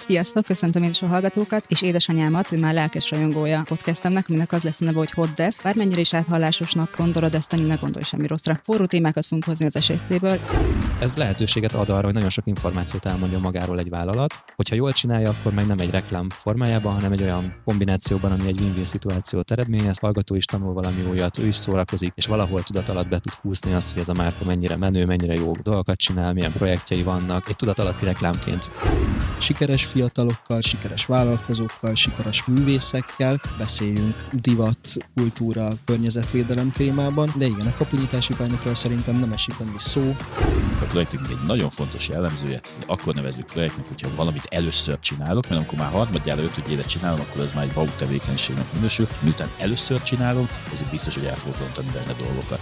Sziasztok, köszöntöm én is a hallgatókat, és édesanyámat, ő már lelkes rajongója a podcastemnek, aminek az lesz a neve, hogy Hot Desk. Bármennyire is áthallásosnak gondolod ezt, ne gondolj semmi rosszra. Forró témákat fogunk hozni az SSC-ből. Ez lehetőséget ad arra, hogy nagyon sok információt elmondjon magáról egy vállalat. Hogyha jól csinálja, akkor meg nem egy reklám formájában, hanem egy olyan kombinációban, ami egy win-win szituációt eredményez. Hallgató is tanul valami újat, ő is szórakozik, és valahol tudat alatt be tud húzni azt, hogy ez a márka mennyire menő, mennyire jó dolgokat csinál, milyen projektjei vannak, egy tudat alatti reklámként. Sikeres fiatalokkal, sikeres vállalkozókkal, sikeres művészekkel beszéljünk divat, kultúra, környezetvédelem témában, de igen, a kapunyítási pánikról szerintem nem esik annyi szó. A projektünk egy nagyon fontos jellemzője, hogy akkor nevezzük projektnek, hogyha valamit először csinálok, mert amikor már harmadjára, ötödjére csinálom, akkor ez már egy wow tevékenységnek minősül. Miután először csinálom, ezért biztos, hogy el fogok rontani benne dolgokat.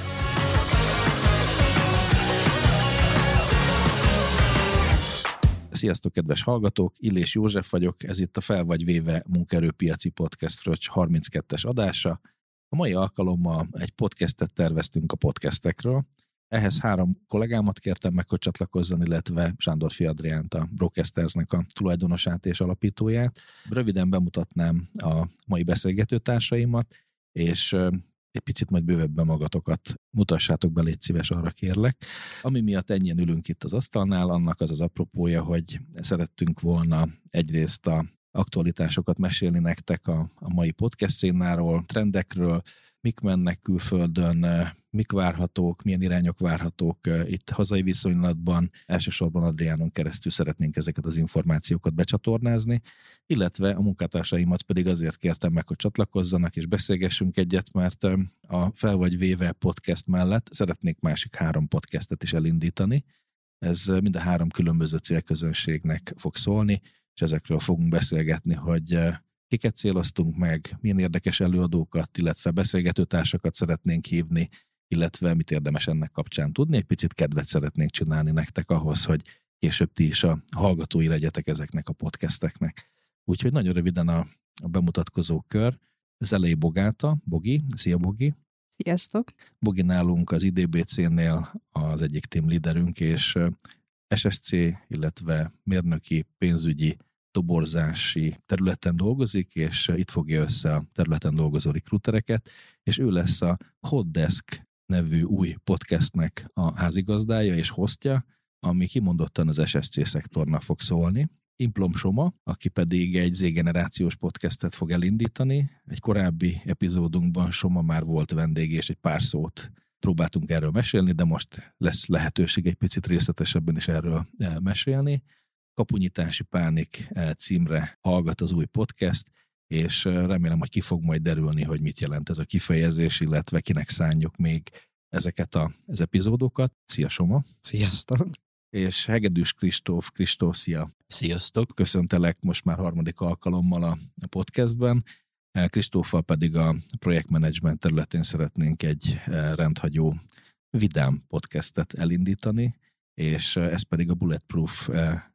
Sziasztok, kedves hallgatók! Illés József vagyok, ez itt a Fel vagy véve munkaerőpiaci podcast Fröccs 32-es adása. A mai alkalommal egy podcastet terveztünk a podcastekről. Ehhez 3 kollégámat kértem meg, hogy csatlakozzon, illetve Sándorfi Adriánt, a Broadcastersnek a tulajdonosát és alapítóját. Röviden bemutatnám a mai beszélgetőtársaimat, és egy picit majd bővebben magatokat mutassátok be, légy szíves, arra kérlek. Ami miatt ennyien ülünk itt az asztalnál, annak az az apropója, hogy szerettünk volna egyrészt a aktualitásokat mesélni nektek a mai podcast szénáról, trendekről, mik mennek külföldön, mik várhatók, milyen irányok várhatók itt hazai viszonylatban. Elsősorban Adriánon keresztül szeretnénk ezeket az információkat becsatornázni, illetve a munkatársaimat pedig azért kértem meg, hogy csatlakozzanak és beszélgessünk egyet, mert a Fel vagy véve podcast mellett szeretnék másik 3 podcastet is elindítani. Ez mind a 3 különböző célközönségnek fog szólni, és ezekről fogunk beszélgetni, hogy kiket céloztunk meg, milyen érdekes előadókat, illetve beszélgetőtársakat szeretnénk hívni, illetve mit érdemes ennek kapcsán tudni. Egy picit kedvet szeretnénk csinálni nektek ahhoz, hogy később ti is a hallgatói legyetek ezeknek a podcasteknek. Úgyhogy nagyon röviden a bemutatkozó kör. Zelei Bogáta, Bogi. Szia, Bogi! Sziasztok! Bogi nálunk az IDBC-nél az egyik team leaderünk, és SSC, illetve mérnöki, pénzügyi, toborzási területen dolgozik, és itt fogja össze a területen dolgozó rekrutereket, és ő lesz a Hot Desk nevű új podcastnek a házigazdája és hostja, ami kimondottan az SSC szektornak fog szólni. Implom Soma, aki pedig egy Z-generációs podcastet fog elindítani. Egy korábbi epizódunkban Soma már volt vendég, és egy pár szót próbáltunk erről mesélni, de most lesz lehetőség egy picit részletesebben is erről mesélni. Kapunyítási pánik címre hallgat az új podcast, és remélem, hogy ki fog majd derülni, hogy mit jelent ez a kifejezés, illetve kinek szánjuk még ezeket az epizódokat. Szia, Soma! Sziasztok! És Hegedűs Kristóf, szia! Sziasztok! Köszöntelek most már 3. alkalommal a podcastben. Kristóffal pedig a projektmenedzsment területén szeretnénk egy rendhagyó, vidám podcastet elindítani, és ez pedig a Bulletproof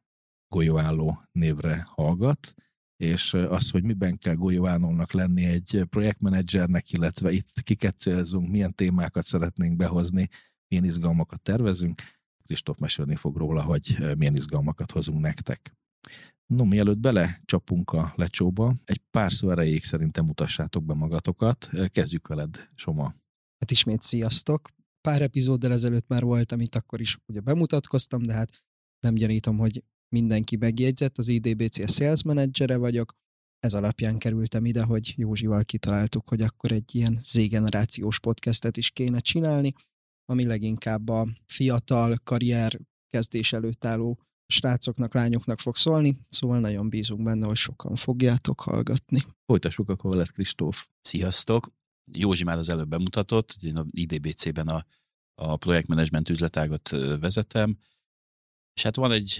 golyóálló névre hallgat, és az, hogy miben kell golyóállónak lenni egy projektmenedzsernek, illetve itt kiket célzunk, milyen témákat szeretnénk behozni, milyen izgalmakat tervezünk. Kristóf mesélni fog róla, hogy milyen izgalmakat hozunk nektek. No, mielőtt belecsapunk a lecsóba, egy pár szó erejéig szerintem mutassátok be magatokat. Kezdjük veled, Soma. Hát ismét sziasztok! Pár epizóddal ezelőtt már volt, amit akkor is ugye bemutatkoztam, de hát nem gyanítom, hogy mindenki megjegyzett, az IDBC Sales Managere vagyok. Ez alapján kerültem ide, hogy Józsival kitaláltuk, hogy akkor egy ilyen Z-generációs podcastet is kéne csinálni, ami leginkább a fiatal karrier kezdés előtt álló srácoknak, lányoknak fog szólni, szóval nagyon bízunk benne, hogy sokan fogjátok hallgatni. Folytassuk akkor veled, Kristóf. Sziasztok! Józsi már az előbb bemutatott, én az IDBC-ben a projektmenedzsment üzletágat vezetem, és hát van egy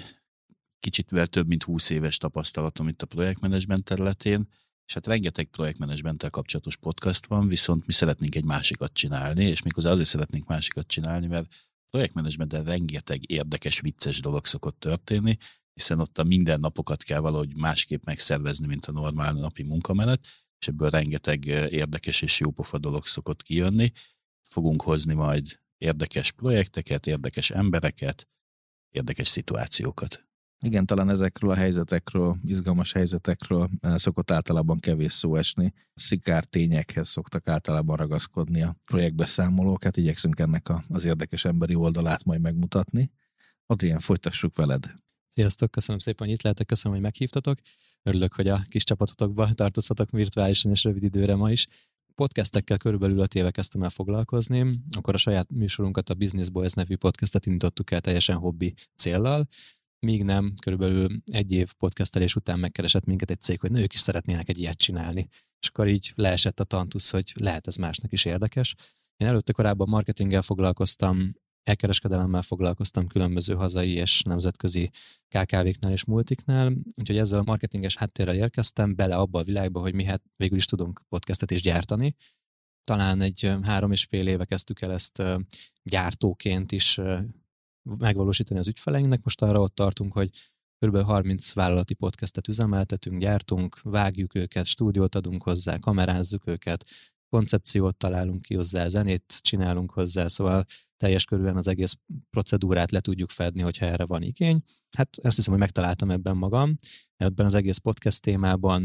kicsit több mint 20 éves tapasztalatom itt a projektmenedzsment területén, és hát rengeteg projektmenedzsmenttel kapcsolatos podcast van, viszont mi szeretnénk egy másikat csinálni, és méghozzá azért szeretnénk másikat csinálni, mert projektmenedzsmentben rengeteg érdekes, vicces dolog szokott történni, hiszen ott a mindennapokat kell valahogy másképp megszervezni, mint a normál napi munkamenet, és ebből rengeteg érdekes és jópofa dolog szokott kijönni. Fogunk hozni majd érdekes projekteket, érdekes embereket, érdekes szituációkat. Igen, talán ezekről a helyzetekről, izgalmas helyzetekről szokott általában kevés szó esni. Szikár tényekhez szoktak általában ragaszkodni a projektbeszámolók, hát igyekszünk ennek az érdekes emberi oldalát majd megmutatni. Adrián, folytassuk veled. Sziasztok, köszönöm szépen, hogy itt lehetek, köszönöm, hogy meghívtatok. Örülök, hogy a kis csapatotokba tartozhatok virtuálisan és rövid időre ma is. Podcastekkel körülbelül 5 éve kezdtem el foglalkozni, akkor a saját műsorunkat, a Business Boys nevű podcastet indítottuk el teljesen hobbi céllal. Míg nem, körülbelül 1 év podcastelés után megkeresett minket egy cég, hogy ők is szeretnének egy ilyet csinálni. És akkor így leesett a tantusz, hogy lehet ez másnak is érdekes. Én előtte korábban marketinggel foglalkoztam, elkereskedelemmel foglalkoztam különböző hazai és nemzetközi KKV-knál és multiknál, úgyhogy ezzel a marketinges háttérrel érkeztem bele abba a világba, hogy mi hát végül is tudunk podcastet is gyártani. Talán egy 3,5 éve kezdtük el ezt gyártóként is megvalósítani az ügyfeleinknek. Most arra ott tartunk, hogy kb. 30 vállalati podcastet üzemeltetünk, gyártunk, vágjuk őket, stúdiót adunk hozzá, kamerázzuk őket, koncepciót találunk ki hozzá, zenét csinálunk hozzá, szóval teljes körülön az egész procedúrát le tudjuk fedni, hogyha erre van igény. Hát azt hiszem, hogy megtaláltam ebben magam, ebben az egész podcast témában,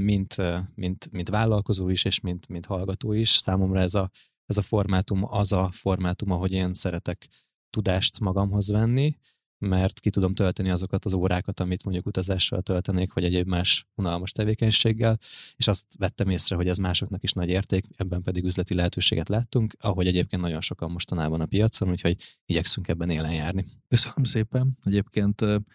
mint vállalkozó is, és mint hallgató is. Számomra ez a formátum az a formátum, ahogy én szeretek tudást magamhoz venni, mert ki tudom tölteni azokat az órákat, amit mondjuk utazással töltenék, vagy egyéb más unalmas tevékenységgel, és azt vettem észre, hogy ez másoknak is nagy érték, ebben pedig üzleti lehetőséget láttunk, ahogy egyébként nagyon sokan mostanában a piacon, úgyhogy igyekszünk ebben élen járni. Köszönöm szépen. Egyébként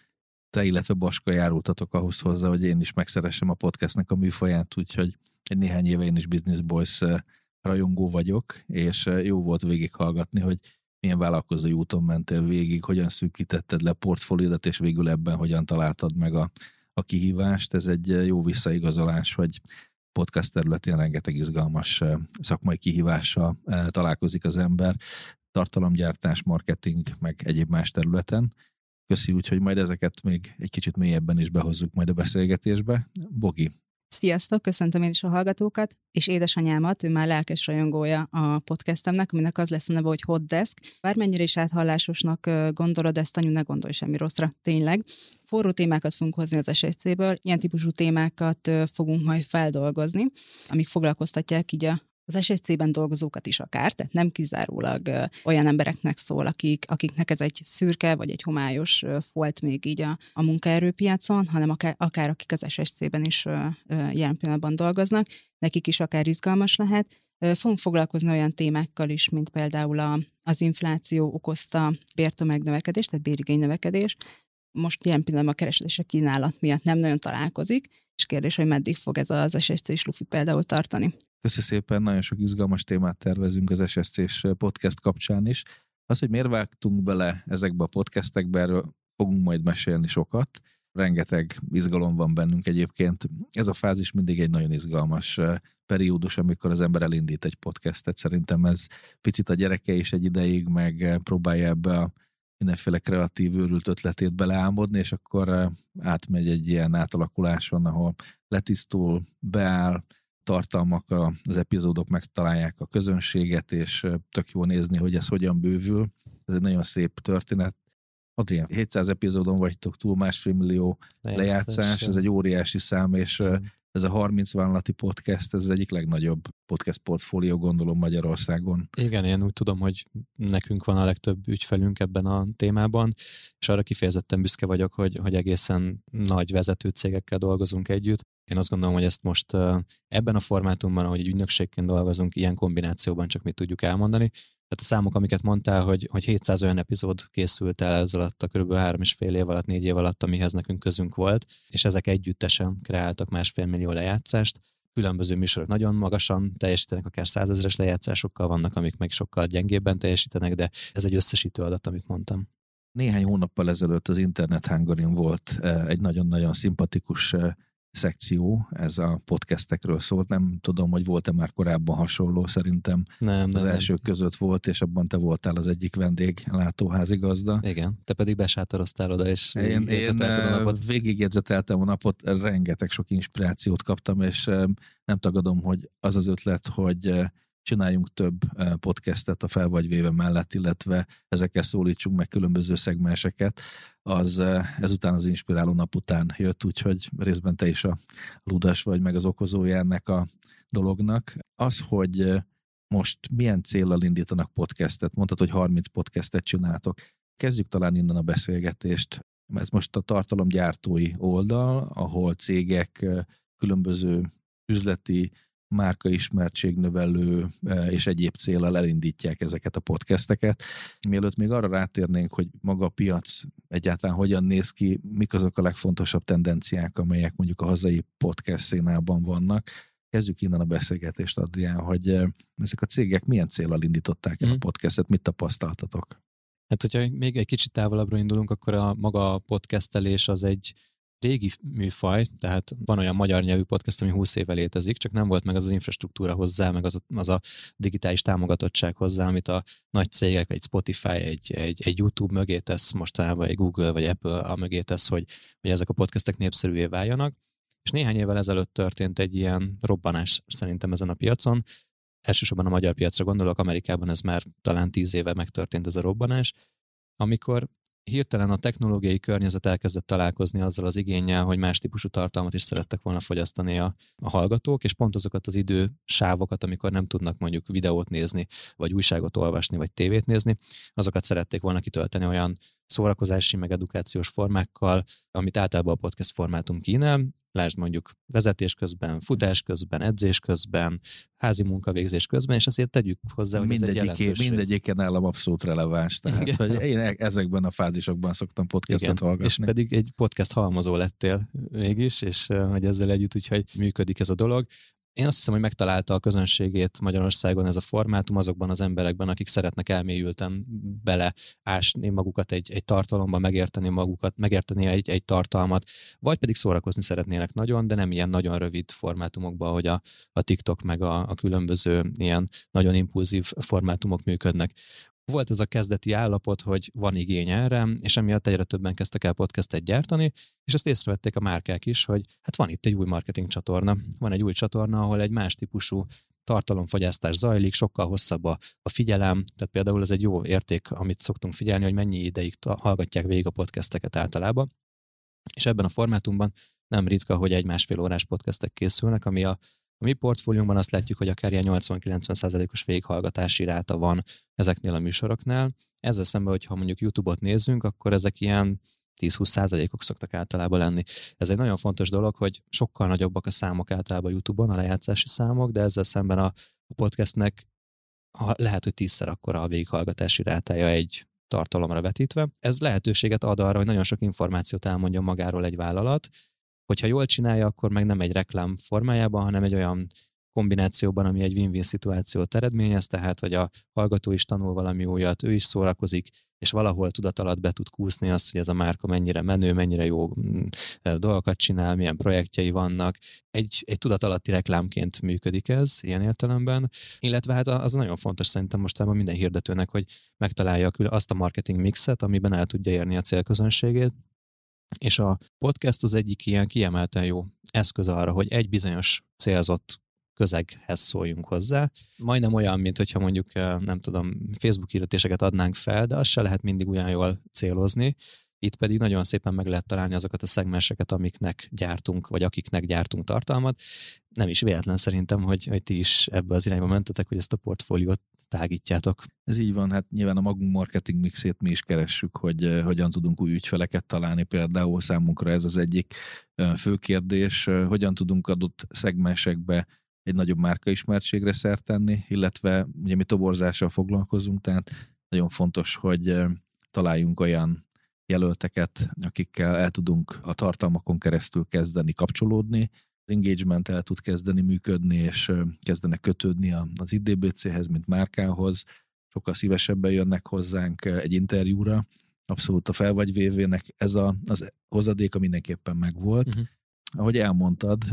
te, illetve Baska járultatok ahhoz hozzá, hogy én is megszeressem a podcastnek a műfaját, úgyhogy egy néhány éve én is Business Boys rajongó vagyok, és jó volt végighallgatni, hogy milyen vállalkozói úton mentél végig, hogyan szűkítetted le portfóliódat, és végül ebben hogyan találtad meg a kihívást. Ez egy jó visszaigazolás, hogy podcast területén rengeteg izgalmas szakmai kihívással találkozik az ember, tartalomgyártás, marketing, meg egyéb más területen. Köszi, úgyhogy majd ezeket még egy kicsit mélyebben is behozzuk majd a beszélgetésbe. Bogi. Sziasztok, köszöntöm én is a hallgatókat, és édesanyámat, ő már lelkes rajongója a podcastemnek, aminek az lesz a neve, hogy Hot Desk. Bármennyire is áthallásosnak gondolod ezt, anyu, ne gondolj semmi rosszra, tényleg. Forró témákat fogunk hozni az SSC-ből, ilyen típusú témákat fogunk majd feldolgozni, amik foglalkoztatják így az SSC-ben dolgozókat is akár, tehát nem kizárólag olyan embereknek szól, akiknek ez egy szürke vagy egy homályos folt még így a munkaerőpiacon, hanem akár akik az SSC-ben is jelen pillanatban dolgoznak, nekik is akár izgalmas lehet. Fogunk foglalkozni olyan témákkal is, mint például az infláció okozta bértömegnövekedés, tehát bérigénynövekedés. Most jelen pillanatban a kereslet és kínálat miatt nem nagyon találkozik, és kérdés, hogy meddig fog ez az SSC-s lufi például tartani. Köszönöm szépen, nagyon sok izgalmas témát tervezünk az SSC-s podcast kapcsán is. Az, hogy miért vágtunk bele ezekbe a podcastekbe, erről fogunk majd mesélni sokat. Rengeteg izgalom van bennünk egyébként. Ez a fázis mindig egy nagyon izgalmas periódus, amikor az ember elindít egy podcastet. Szerintem ez picit a gyereke is egy ideig, meg próbálja ebbe a mindenféle kreatív őrült ötletét beleálmodni, és akkor átmegy egy ilyen átalakuláson, ahol letisztul, beáll, tartalmak, az epizódok megtalálják a közönséget, és tök jó nézni, hogy ez hogyan bővül. Ez egy nagyon szép történet. Adrián, 700 epizódon vagytok túl, 1,5 millió lejátszás, ez egy óriási szám, és ez a 30 vállalati podcast, ez az egyik legnagyobb podcast portfólió, gondolom, Magyarországon. Igen, én úgy tudom, hogy nekünk van a legtöbb ügyfelünk ebben a témában, és arra kifejezetten büszke vagyok, hogy egészen nagy vezető cégekkel dolgozunk együtt. Én azt gondolom, hogy ezt most ebben a formátumban, ahogy egy ügynökségként dolgozunk, ilyen kombinációban csak mit tudjuk elmondani. Tehát a számok, amiket mondtál, hogy 700 olyan epizód készült el ez alatt a kb. 3,5 év alatt, 4 év alatt, amihez nekünk közünk volt, és ezek együttesen kreáltak 1,5 millió lejátszást. Különböző műsorok nagyon magasan teljesítenek, akár 100 000-es lejátszásokkal, vannak, amik meg sokkal gyengébben teljesítenek, de ez egy összesítő adat, amit mondtam. Néhány hónappal ezelőtt az Internet Hungarin volt egy nagyon-nagyon szimpatikus szekció, ez a podcastekről szólt. Nem tudom, hogy volt-e már korábban hasonló, szerintem az elsők között volt, és abban te voltál az egyik vendéglátó-házigazda. Igen, te pedig besátoroztál oda, és én végigjegyzeteltem a napot, rengeteg sok inspirációt kaptam, és nem tagadom, hogy az az ötlet, hogy csináljunk több podcastet a Fel vagy véve mellett, illetve ezekkel szólítsunk meg különböző szegmenseket, az ezután az inspiráló nap után jött, úgyhogy részben te is a ludas vagy, meg az okozója ennek a dolognak. Az, hogy most milyen céllal indítanak podcastet, mondtad, hogy 30 podcastet csináltok. Kezdjük talán innen a beszélgetést. Ez most a tartalomgyártói oldal, ahol cégek különböző üzleti márkaismertségnövelő és egyéb céllal elindítják ezeket a podcasteket. Mielőtt még arra rátérnénk, hogy maga a piac egyáltalán hogyan néz ki, mik azok a legfontosabb tendenciák, amelyek mondjuk a hazai podcast színában vannak. Kezdjük innen a beszélgetést, Adrián, hogy ezek a cégek milyen céllal indították el a podcastet, mit tapasztaltatok? Hát, hogyha még egy kicsit távolabbra indulunk, akkor a maga podcastelés az egy régi műfaj, tehát van olyan magyar nyelvű podcast, ami 20 éve létezik, csak nem volt meg az infrastruktúra hozzá, meg az a digitális támogatottság hozzá, amit a nagy cégek, egy Spotify, egy YouTube mögé tesz mostanában, egy Google vagy Apple a mögé tesz, hogy ezek a podcastek népszerűvé váljanak. És néhány évvel ezelőtt történt egy ilyen robbanás szerintem ezen a piacon. Elsősorban a magyar piacra gondolok, Amerikában ez már talán 10 éve megtörtént ez a robbanás, amikor hirtelen a technológiai környezet elkezdett találkozni azzal az igénnyel, hogy más típusú tartalmat is szerettek volna fogyasztani a hallgatók, és pont azokat az idősávokat, amikor nem tudnak mondjuk videót nézni, vagy újságot olvasni, vagy tévét nézni, azokat szerették volna kitölteni olyan szórakozási, meg edukációs formákkal, amit általában a podcast formátum kínál. Lásd mondjuk vezetés közben, futás közben, edzés közben, házi munkavégzés közben, és azért tegyük hozzá, hogy ez egy jelentős mindegyiken állam abszolút releváns. Tehát, hogy én ezekben a fázisokban szoktam podcastet hallgatni. És pedig egy podcast halmozó lettél mégis, és hogy ezzel együtt úgyhogy működik ez a dolog. Én azt hiszem, hogy megtalálta a közönségét Magyarországon ez a formátum azokban az emberekben, akik szeretnek elmélyülten beleásni magukat egy tartalomba, megérteni egy tartalmat, vagy pedig szórakozni szeretnének nagyon, de nem ilyen nagyon rövid formátumokban, ahogy a TikTok meg a különböző ilyen nagyon impulzív formátumok működnek. Volt ez a kezdeti állapot, hogy van igény erre, és emiatt egyre többen kezdtek el podcastet gyártani, és ezt észrevették a márkák is, hogy hát van itt egy új marketing csatorna. Van egy új csatorna, ahol egy más típusú tartalomfogyasztás zajlik, sokkal hosszabb a figyelem, tehát például ez egy jó érték, amit szoktunk figyelni, hogy mennyi ideig hallgatják végig a podcasteket általában. És ebben a formátumban nem ritka, hogy 1-1,5 órás podcastek készülnek, ami a mi portfóliónkban azt látjuk, hogy akár ilyen 80-90%-os végighallgatási ráta van ezeknél a műsoroknál. Ezzel szemben, hogyha mondjuk YouTube-ot nézzünk, akkor ezek ilyen 10-20%-ok szoktak általában lenni. Ez egy nagyon fontos dolog, hogy sokkal nagyobbak a számok általában YouTube-on, a lejátszási számok, de ezzel szemben a podcastnek lehet, hogy 10-szer akkora a végighallgatási rátája egy tartalomra vetítve. Ez lehetőséget ad arra, hogy nagyon sok információt elmondjon magáról egy vállalat. Hogyha jól csinálja, akkor meg nem egy reklám formájában, hanem egy olyan kombinációban, ami egy win-win szituációt eredményez, tehát, hogy a hallgató is tanul valami újat, ő is szórakozik, és valahol tudat alatt be tud kúszni azt, hogy ez a márka mennyire menő, mennyire jó dolgokat csinál, milyen projektjei vannak. Egy tudat alatti reklámként működik ez ilyen értelemben, illetve hát az nagyon fontos szerintem mostában minden hirdetőnek, hogy megtalálja azt a marketing mixet, amiben el tudja érni a célközönségét. És a podcast az egyik ilyen kiemelten jó eszköz arra, hogy egy bizonyos célzott közeghez szóljunk hozzá. Majdnem olyan, mint hogyha mondjuk, nem tudom, Facebook hirdetéseket adnánk fel, de azt se lehet mindig olyan jól célozni. Itt pedig nagyon szépen meg lehet találni azokat a szegmenseket, amiknek gyártunk, vagy akiknek gyártunk tartalmat. Nem is véletlen szerintem, hogy ti is ebbe az irányba mentetek, hogy ezt a portfóliót tágítjátok. Ez így van, hát nyilván a magunk marketing mixét mi is keressük, hogy hogyan tudunk új ügyfeleket találni, például számunkra ez az egyik fő kérdés, hogyan tudunk adott szegmensekbe egy nagyobb márkaismertségre szert tenni, illetve ugye mi toborzással foglalkozunk, tehát nagyon fontos, hogy találjunk olyan jelölteket, akikkel el tudunk a tartalmakon keresztül kezdeni kapcsolódni, az engagement el tud kezdeni működni, és kezdenek kötődni az IDBC-hez, mint márkához, sokkal szívesebben jönnek hozzánk egy interjúra. Abszolút a Fel vagy vévének ez az hozadéka mindenképpen megvolt. Uh-huh. Ahogy elmondtad,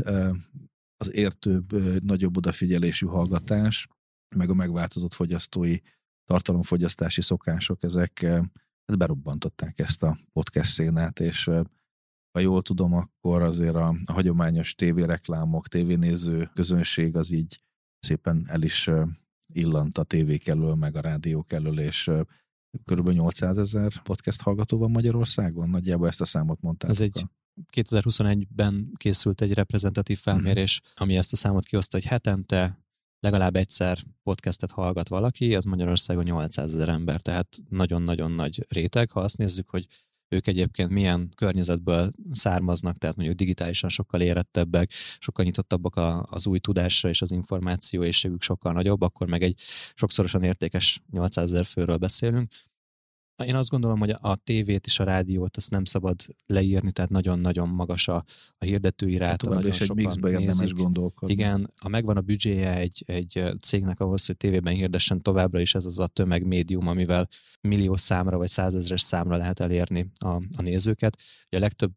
az értőbb, nagyobb odafigyelésű hallgatás, meg a megváltozott fogyasztói tartalomfogyasztási szokások, ezek berobbantották ezt a podcast szénát, és ha jól tudom, akkor azért a hagyományos tévéreklámok, tévénéző közönség az így szépen el is illant a tévék elől, meg a rádiók elől, és kb. 800 000 podcast hallgató van Magyarországon. Nagyjából ezt a számot mondtátok. Ez egy 2021-ben készült egy reprezentatív felmérés, ami ezt a számot kihozta, hogy hetente legalább egyszer podcastet hallgat valaki, az Magyarországon 800 000 ember, tehát nagyon-nagyon nagy réteg. Ha azt nézzük, hogy ők egyébként milyen környezetből származnak, tehát mondjuk digitálisan sokkal érettebbek, sokkal nyitottabbak az új tudásra, és az információ éhségük sokkal nagyobb, akkor meg egy sokszorosan értékes 800 000 főről beszélünk. Én azt gondolom, hogy a tévét és a rádiót azt nem szabad leírni, tehát nagyon-nagyon magas a hirdetői ráta. Tovább is egy mixbe érdemes gondolkodni. Igen, megvan a büdzséje egy cégnek ahhoz, hogy tévében hirdessen továbbra is, ez az a tömegmédium, amivel milliós számra vagy 100 000-es számra lehet elérni a nézőket. Ugye a legtöbb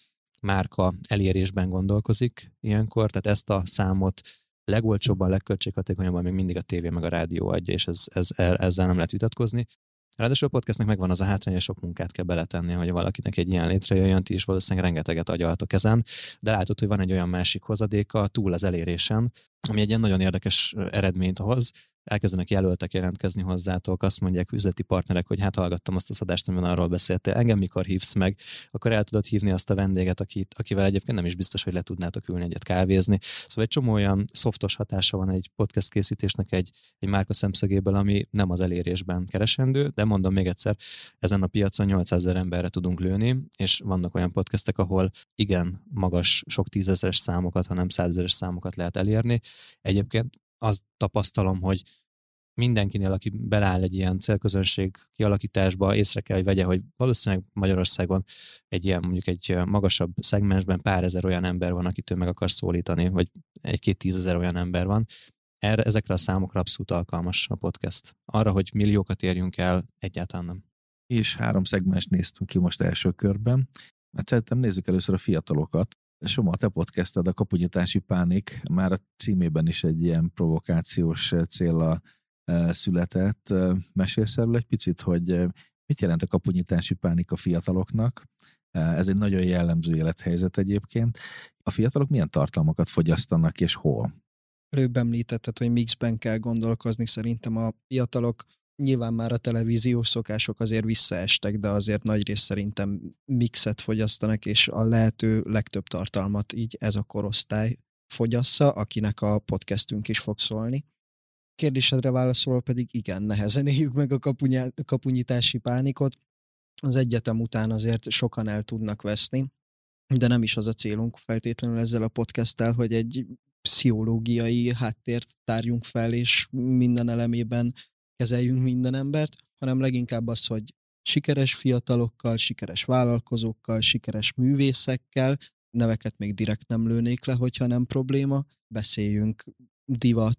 márka elérésben gondolkozik ilyenkor, tehát ezt a számot legolcsóbban, legköltséghatékonyabban még mindig a tévé meg a rádió adja, és ezzel nem lehet vitatkozni. Ráadásul a podcastnek megvan az a hátránya, hogy sok munkát kell beletenni, hogy valakinek egy ilyen létrejöjjön, ti is valószínűleg rengeteget agyaltok ezen, de látod, hogy van egy olyan másik hozadéka túl az elérésen, ami egy ilyen nagyon érdekes eredményt hoz. Elkezdenek jelöltek jelentkezni hozzátok, azt mondják üzleti partnerek, hogy hát hallgattam azt az adást, amiben arról beszéltél, engem mikor hívsz meg, akkor el tudod hívni azt a vendéget, akivel egyébként nem is biztos, hogy le tudnátok ülni egyet kávézni. Szóval egy csomó olyan szoftos hatása van egy podcast készítésnek egy márka szemszögéből, ami nem az elérésben keresendő, de mondom még egyszer, ezen a piacon 800 000 emberre tudunk lőni, és vannak olyan podcastek, ahol igen magas, sok 10 000-es számokat, hanem 100 000-es számokat lehet elérni. Egyébként azt tapasztalom, hogy mindenkinél, aki beleáll egy ilyen célközönség kialakításba, észre kell, hogy vegye, hogy valószínűleg Magyarországon egy ilyen mondjuk egy magasabb szegmensben pár ezer olyan ember van, akit ő meg akar szólítani, vagy 1-2-10 000 olyan ember van. Ezekre a számokra abszolút alkalmas a podcast. Arra, hogy milliókat érjünk el, egyáltalán nem. És 3 szegmens néztünk ki most első körben. Hát szerintem nézzük először a fiatalokat. Soma, a te podcasted, a Kapunyítási Pánik, már a címében is egy ilyen provokációs céllal született. Mesélsz erről egy picit, hogy mit jelent a kapunyítási pánik a fiataloknak? Ez egy nagyon jellemző élethelyzet egyébként. A fiatalok milyen tartalmakat fogyasztanak és hol? Előbb említetted, hogy mixben kell gondolkozni, szerintem a fiatalok nyilván már a televíziós szokások azért visszaestek, de azért nagyrészt szerintem mixet fogyasztanak, és a lehető legtöbb tartalmat így ez a korosztály fogyassza, akinek a podcastünk is fog szólni. Kérdésedre válaszolva pedig igen, nehezen éljük meg a kapunyítási pánikot. Az egyetem után azért sokan el tudnak veszni, de nem is az a célunk feltétlenül ezzel a podcasttel, hogy egy pszichológiai háttért tárjunk fel, és minden elemében kezeljünk minden embert, hanem leginkább az, hogy sikeres fiatalokkal, sikeres vállalkozókkal, sikeres művészekkel, neveket még direkt nem lőnék le, hogyha nem probléma, beszéljünk divat,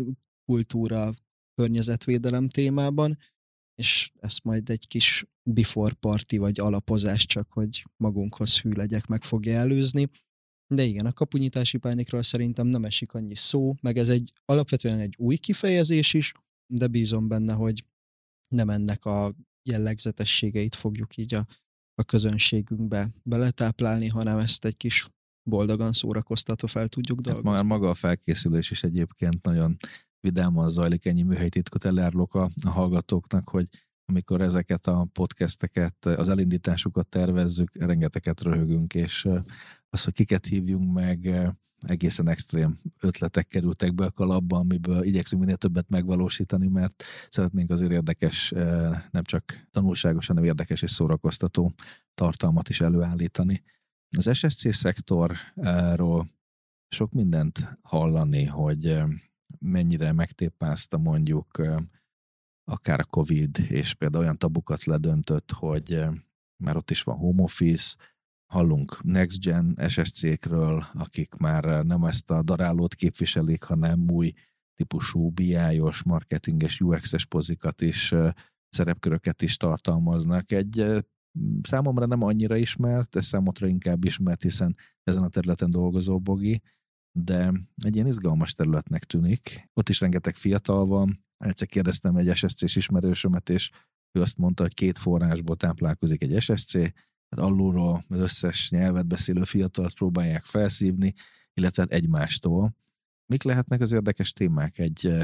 kultúra, környezetvédelem témában, és ezt majd egy kis before party vagy alapozás csak, hogy magunkhoz hű legyek, meg fogja előzni. De igen, a kapunyítási pánikról szerintem nem esik annyi szó, meg ez alapvetően egy új kifejezés is, de bízom benne, hogy nem ennek a jellegzetességeit fogjuk így a közönségünkbe beletáplálni, hanem ezt egy kis boldogan szórakoztatva fel tudjuk dolgozni. Hát maga a felkészülés is egyébként nagyon vidáman zajlik, ennyi műhelytitkot elárulok a hallgatóknak, hogy amikor ezeket a podcasteket, az elindításukat tervezzük, rengeteget röhögünk, és az, hogy kiket hívjunk meg, egészen extrém ötletek kerültek be a kalapba, amiből igyekszünk minél többet megvalósítani, mert szeretnénk azért érdekes, nem csak tanulságos, hanem érdekes és szórakoztató tartalmat is előállítani. Az SSC szektorról sok mindent hallani, hogy mennyire megtépázta mondjuk akár a Covid, és például olyan tabukat ledöntött, hogy már ott is van home office, hallunk Next Gen SSC-kről, akik már nem ezt a darálót képviselik, hanem új típusú BI-os, marketinges, UX-es pozikat is, szerepköröket is tartalmaznak. Egy számomra nem annyira ismert, ez számomra inkább ismert, hiszen ezen a területen dolgozó Bogi, de egy ilyen izgalmas területnek tűnik. Ott is rengeteg fiatal van. Egyszer kérdeztem egy SSC-s ismerősömet, és ő azt mondta, hogy 2 forrásból táplálkozik egy SSC, tehát alulról az összes nyelvet beszélő fiatalt próbálják felszívni, illetve egymástól. Mik lehetnek az érdekes témák egy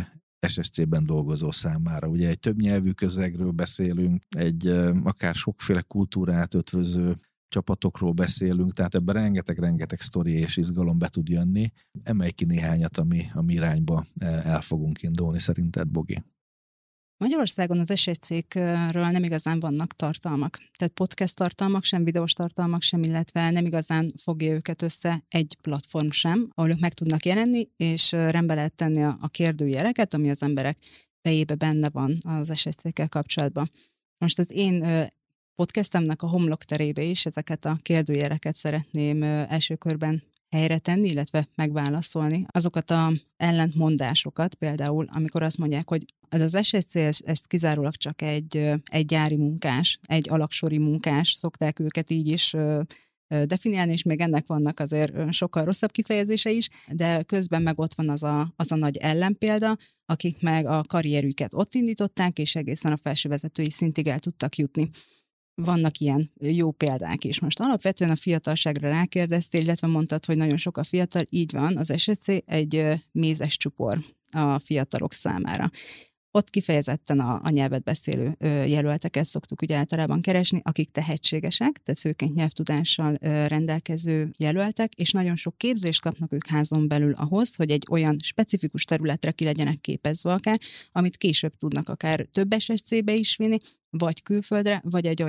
SSC-ben dolgozó számára. Ugye egy többnyelvű közegről beszélünk, egy akár sokféle kultúrát ötvöző csapatokról beszélünk, tehát ebben rengeteg sztori és izgalom be tud jönni. Emelj ki néhányat, ami irányba el fogunk indulni, szerinted, Bogi? Magyarországon az SSC-kről nem igazán vannak tartalmak. Tehát podcast tartalmak, sem videós tartalmak sem, illetve nem igazán fogja őket össze egy platform sem, ahol ők meg tudnak jelenni, és rendbe lehet tenni a kérdőjeleket, ami az emberek fejébe benne van az SSC-kkel kapcsolatban. Most az én podcastemnek a homlokterébe is ezeket a kérdőjeleket szeretném első körben helyre tenni, illetve megválaszolni. Azokat a ellentmondásokat például, amikor azt mondják, hogy ez az SSC, ez kizárólag csak egy gyári munkás, egy alaksori munkás, szokták őket így is definiálni, és még ennek vannak azért sokkal rosszabb kifejezése is, de közben meg ott van az a nagy ellenpélda, akik meg a karrierüket ott indították, és egészen a felsővezetői szintig el tudtak jutni. Vannak ilyen jó példák is. Most alapvetően a fiatalságra rákérdeztél, illetve mondtad, hogy nagyon sok a fiatal, így van, az SSC egy mézes csupor a fiatalok számára. Ott kifejezetten a nyelvet beszélő jelölteket szoktuk ugye általában keresni, akik tehetségesek, tehát főként nyelvtudással rendelkező jelöltek, és nagyon sok képzést kapnak ők házon belül ahhoz, hogy egy olyan specifikus területre ki legyenek képezve akár, amit később tudnak akár több SSC-be is vinni, vagy külföldre, vagy egy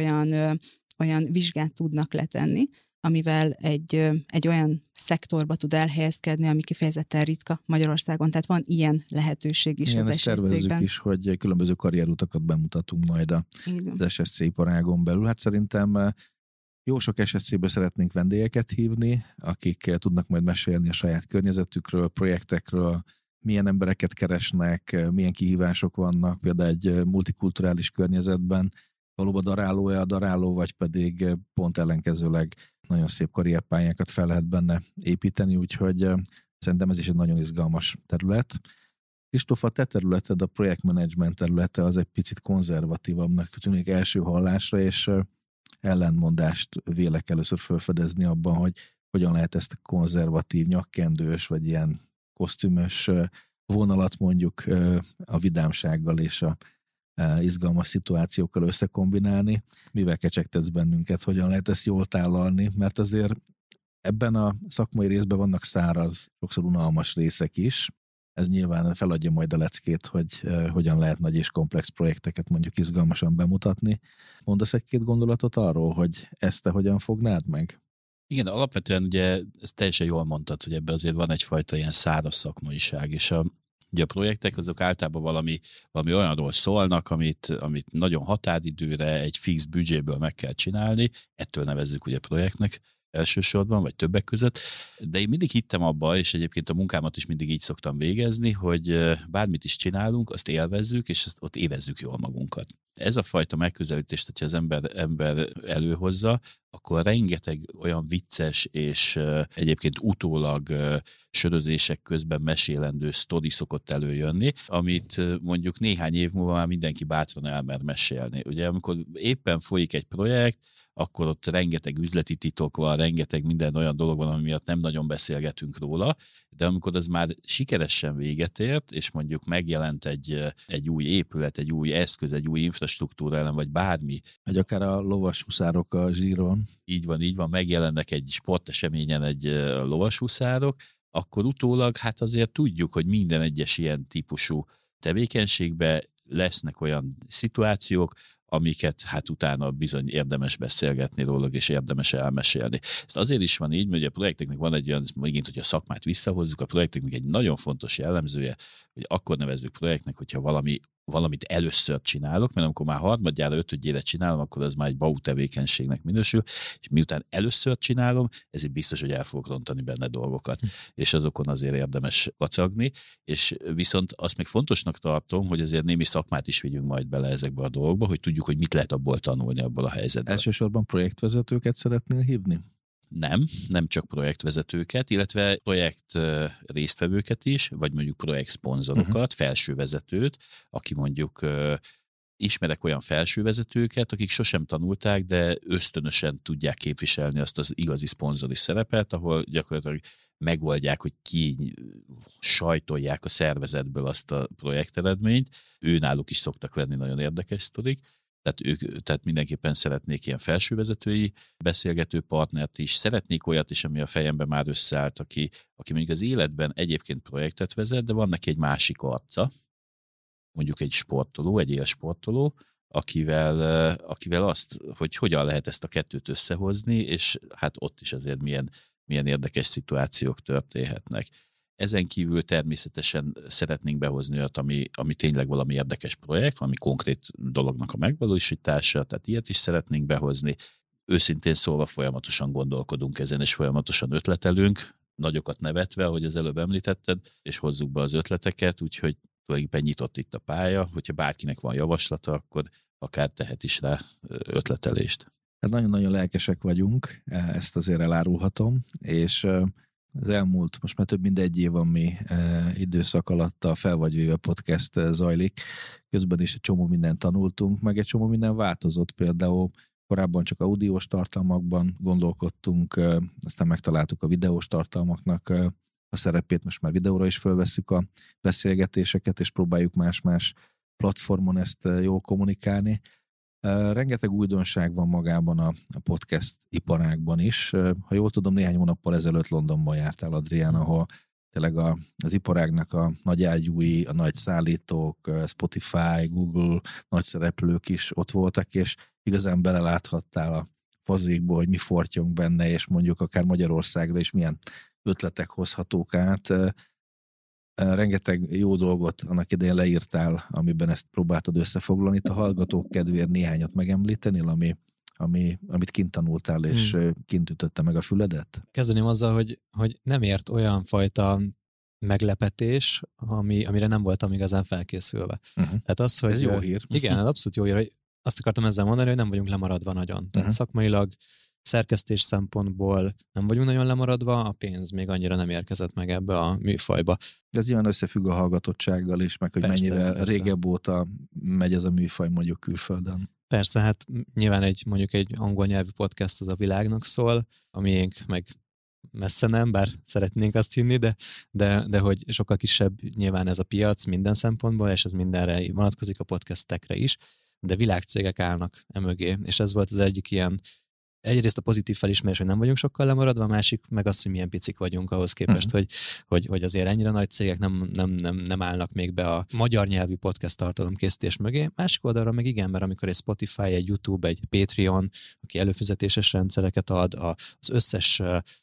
olyan vizsgát tudnak letenni, amivel egy olyan szektorba tud elhelyezkedni, ami kifejezetten ritka Magyarországon. Tehát van ilyen lehetőség is az SSC-ben. Tervezzük is, hogy különböző karrierutakat bemutatunk majd az SSC iparágon belül. Hát szerintem jó sok SSC-ből szeretnénk vendégeket hívni, akik tudnak majd mesélni a saját környezetükről, projektekről, milyen embereket keresnek, milyen kihívások vannak, például egy multikulturális környezetben, valóban daráló-e a daráló, vagy pedig pont ellenkezőleg nagyon szép karrierpályákat fel lehet benne építeni, úgyhogy szerintem ez is egy nagyon izgalmas terület. Kristóf, a te területed, a projektmenedzsment területe az egy picit konzervatívabbnak tűnik első hallásra, és ellentmondást vélek először felfedezni abban, hogy hogyan lehet ezt a konzervatív, nyakkendős, vagy ilyen kosztümös vonalat mondjuk a vidámsággal és a izgalmas szituációkkal összekombinálni. Mivel kecsegtetsz bennünket, hogyan lehet ezt jól tálalni, mert azért ebben a szakmai részben vannak száraz, sokszor unalmas részek is. Ez nyilván feladja majd a leckét, hogy hogyan lehet nagy és komplex projekteket mondjuk izgalmasan bemutatni. Mondasz egy-két gondolatot arról, hogy ezt te hogyan fognád meg? Igen, alapvetően ugye ezt teljesen jól mondtad, hogy ebben azért van egyfajta ilyen száraz szakmaiság, és ugye a projektek azok általában valami olyanról szólnak, amit nagyon határidőre, egy fix büdzséből meg kell csinálni, ettől nevezzük ugye projektnek elsősorban, vagy többek között, de én mindig hittem abba, és egyébként a munkámat is mindig így szoktam végezni, hogy bármit is csinálunk, azt élvezzük, és ott érezzük jól magunkat. Ez a fajta megközelítést, hogyha az ember előhozza, akkor rengeteg olyan vicces és egyébként utólag sörözések közben mesélendő sztori szokott előjönni, amit mondjuk néhány év múlva már mindenki bátran elmer mesélni. Ugye amikor éppen folyik egy projekt, akkor ott rengeteg üzleti titok van, rengeteg minden olyan dolog van, ami miatt nem nagyon beszélgetünk róla, de amikor az már sikeresen véget ért, és mondjuk megjelent egy új épület, egy új eszköz, egy új infrastruktúra ellen, vagy bármi. Vagy akár a lovashuszárok a zsíron. Így van, megjelennek egy sporteseményen egy lovashuszárok, akkor utólag hát azért tudjuk, hogy minden egyes ilyen típusú tevékenységben lesznek olyan szituációk, amiket hát utána bizony érdemes beszélgetni róluk, és érdemes elmesélni. Ez azért is van így, mert a projekteknek van egy olyan, megint, hogy a szakmát visszahozzuk, a projekteknek egy nagyon fontos jellemzője, hogy akkor nevezzük projektnek, hogyha valamit először csinálok, mert amikor már harmadjára, ötödjére csinálom, akkor az már egy BAU tevékenységnek minősül, és miután először csinálom, ezért biztos, hogy el fogok rontani benne dolgokat, és azokon azért érdemes kacagni, és viszont azt még fontosnak tartom, hogy azért némi szakmát is vigyünk majd bele ezekbe a dolgokba, hogy tudjuk, hogy mit lehet abból tanulni abból a helyzetből. Elsősorban projektvezetőket szeretnél hívni? Nem csak projektvezetőket, illetve projekt résztvevőket is, vagy mondjuk projektszponzorokat, felsővezetőt, aki mondjuk ismerek olyan felsővezetőket, akik sosem tanulták, de ösztönösen tudják képviselni azt az igazi szponzori szerepet, ahol gyakorlatilag megoldják, hogy ki sajtolják a szervezetből azt a projekteredményt. Náluk is szoktak lenni nagyon érdekes sztorik. Tehát mindenképpen szeretnék ilyen felsővezetői beszélgető partnert is. Szeretnék olyat is, ami a fejemben már összeállt, aki mondjuk az életben egyébként projektet vezet, de van neki egy másik arca, mondjuk egy sportoló, egy élsportoló, akivel azt, hogy hogyan lehet ezt a kettőt összehozni, és hát ott is azért milyen érdekes szituációk történhetnek. Ezen kívül természetesen szeretnénk behozni olyat, ami tényleg valami érdekes projekt, valami konkrét dolognak a megvalósítása, tehát ilyet is szeretnénk behozni. Őszintén szólva folyamatosan gondolkodunk ezen, és folyamatosan ötletelünk, nagyokat nevetve, ahogy az előbb említetted, és hozzuk be az ötleteket, úgyhogy tulajdonképpen nyitott itt a pálya, hogyha bárkinek van javaslata, akkor akár tehet is rá ötletelést. Hát nagyon-nagyon lelkesek vagyunk, ezt azért elárulhatom, és az elmúlt, most már több mint egy év, ami időszak alatt a Fel vagy véve podcast zajlik, közben is egy csomó mindent tanultunk, meg egy csomó minden változott, például korábban csak audiós tartalmakban gondolkodtunk, aztán megtaláltuk a videós tartalmaknak a szerepét, most már videóra is fölvesszük a beszélgetéseket, és próbáljuk más-más platformon ezt jól kommunikálni. Rengeteg újdonság van magában a podcast iparágban is. Ha jól tudom, néhány hónappal ezelőtt Londonban jártál, Adrián, ahol tényleg az iparágnak a nagy ágyúi, a nagy szállítók, Spotify, Google nagy szereplők is ott voltak, és igazán beleláthattál a fazékba, hogy mi fortyong benne, és mondjuk akár Magyarországra is milyen ötletek hozhatók át. Rengeteg jó dolgot annak idején leírtál, amiben ezt próbáltad összefoglalni. Itt a hallgatók kedvéért néhányat megemlítenél, amit kint tanultál, és kint ütötte meg a füledet? Kezdeném azzal, hogy nem ért olyan fajta meglepetés, amire nem voltam igazán felkészülve. Tehát az, hogy ez jó hír. Igen, abszolút jó hír, hogy azt akartam ezzel mondani, hogy nem vagyunk lemaradva nagyon. Tehát szakmailag, szerkesztés szempontból nem vagyunk nagyon lemaradva, a pénz még annyira nem érkezett meg ebbe a műfajba. De ez nyilván összefügg a hallgatottsággal is, meg hogy persze. Régebb óta megy ez a műfaj mondjuk külföldön. Persze, hát nyilván mondjuk egy angol nyelvű podcast az a világnak szól, a miénk meg messze nem, bár szeretnénk azt hinni, de hogy sokkal kisebb nyilván ez a piac minden szempontból, és ez mindenre vonatkozik, a podcastekre is, de világcégek állnak emögé, és ez volt az egyik ilyen. Egyrészt a pozitív felismerés, hogy nem vagyunk sokkal lemaradva, a másik meg az, hogy milyen picik vagyunk ahhoz képest, hogy azért ennyire nagy cégek nem állnak még be a magyar nyelvű podcast tartalomkészítés mögé. Másik oldalra meg igen, mert amikor egy Spotify, egy YouTube, egy Patreon, aki előfizetéses rendszereket ad, az összes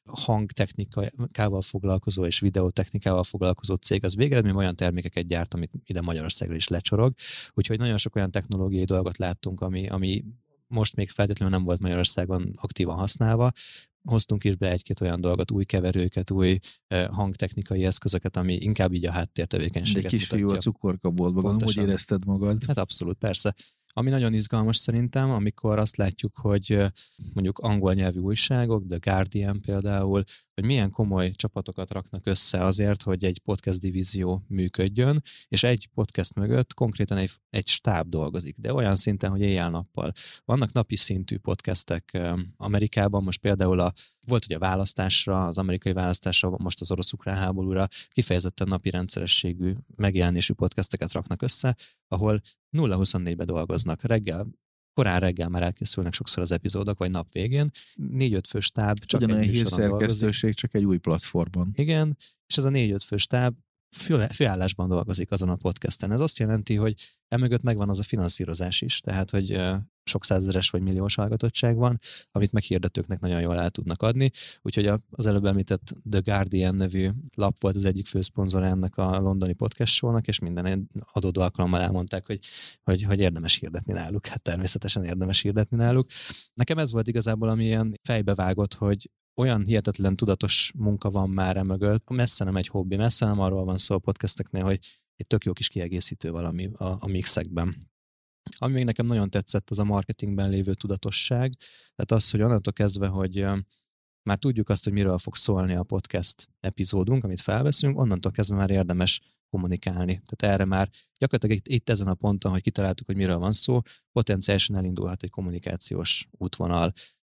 hangtechnikával foglalkozó és videótechnikával foglalkozó cég, az végeredményben olyan termékeket gyárt, amit ide Magyarországra is lecsorog. Úgyhogy nagyon sok olyan technológiai dolgot láttunk, ami most még feltétlenül nem volt Magyarországon aktívan használva. Hoztunk is be egy-két olyan dolgot, új keverőket, új hangtechnikai eszközöket, ami inkább így a háttértevékenységet mutatja. De kisfiú a cukorkaboltban, gondolom, hogy érezted magad? Hát abszolút, persze. Ami nagyon izgalmas szerintem, amikor azt látjuk, hogy mondjuk angol nyelvű újságok, The Guardian például, hogy milyen komoly csapatokat raknak össze azért, hogy egy podcast divízió működjön, és egy podcast mögött konkrétan egy stáb dolgozik, de olyan szinten, hogy éjjel-nappal. Vannak napi szintű podcastek Amerikában, most például volt ugye a választásra, az amerikai választásra, most az orosz-ukrán háborúra kifejezetten napi rendszerességű megjelenésű podcasteket raknak össze, ahol 0-24-be dolgoznak. Korán reggel már elkészülnek sokszor az epizódok, vagy nap végén. 4-5 fő stáb csak ugyan egy műsoron hírszerkesztőség, csak egy új platformon. Igen, és ez a 4-5 fő stáb főállásban dolgozik azon a podcasten. Ez azt jelenti, hogy emögött megvan az a finanszírozás is, tehát, hogy sok százezeres vagy milliós hallgatottság van, amit meg hirdetőknek nagyon jól el tudnak adni. Úgyhogy az előbb említett The Guardian nevű lap volt az egyik főszponzor ennek a londoni podcast show-nak, és minden adott alkalommal elmondták, hogy érdemes hirdetni náluk. Hát természetesen érdemes hirdetni náluk. Nekem ez volt igazából, ami ilyen fejbevágott, hogy olyan hihetetlen tudatos munka van már emögött, messze nem egy hobbi, messze nem arról van szó a podcasteknél, hogy egy tök jó kis kiegészítő valami a mixekben. Ami még nekem nagyon tetszett, az a marketingben lévő tudatosság, tehát az, hogy onnantól kezdve, hogy már tudjuk azt, hogy miről fog szólni a podcast epizódunk, amit felveszünk, onnantól kezdve már érdemes kommunikálni. Tehát erre már gyakorlatilag itt ezen a ponton, hogy kitaláltuk, hogy miről van szó, potenciálisan elindulhat egy kommunikációs útvonal.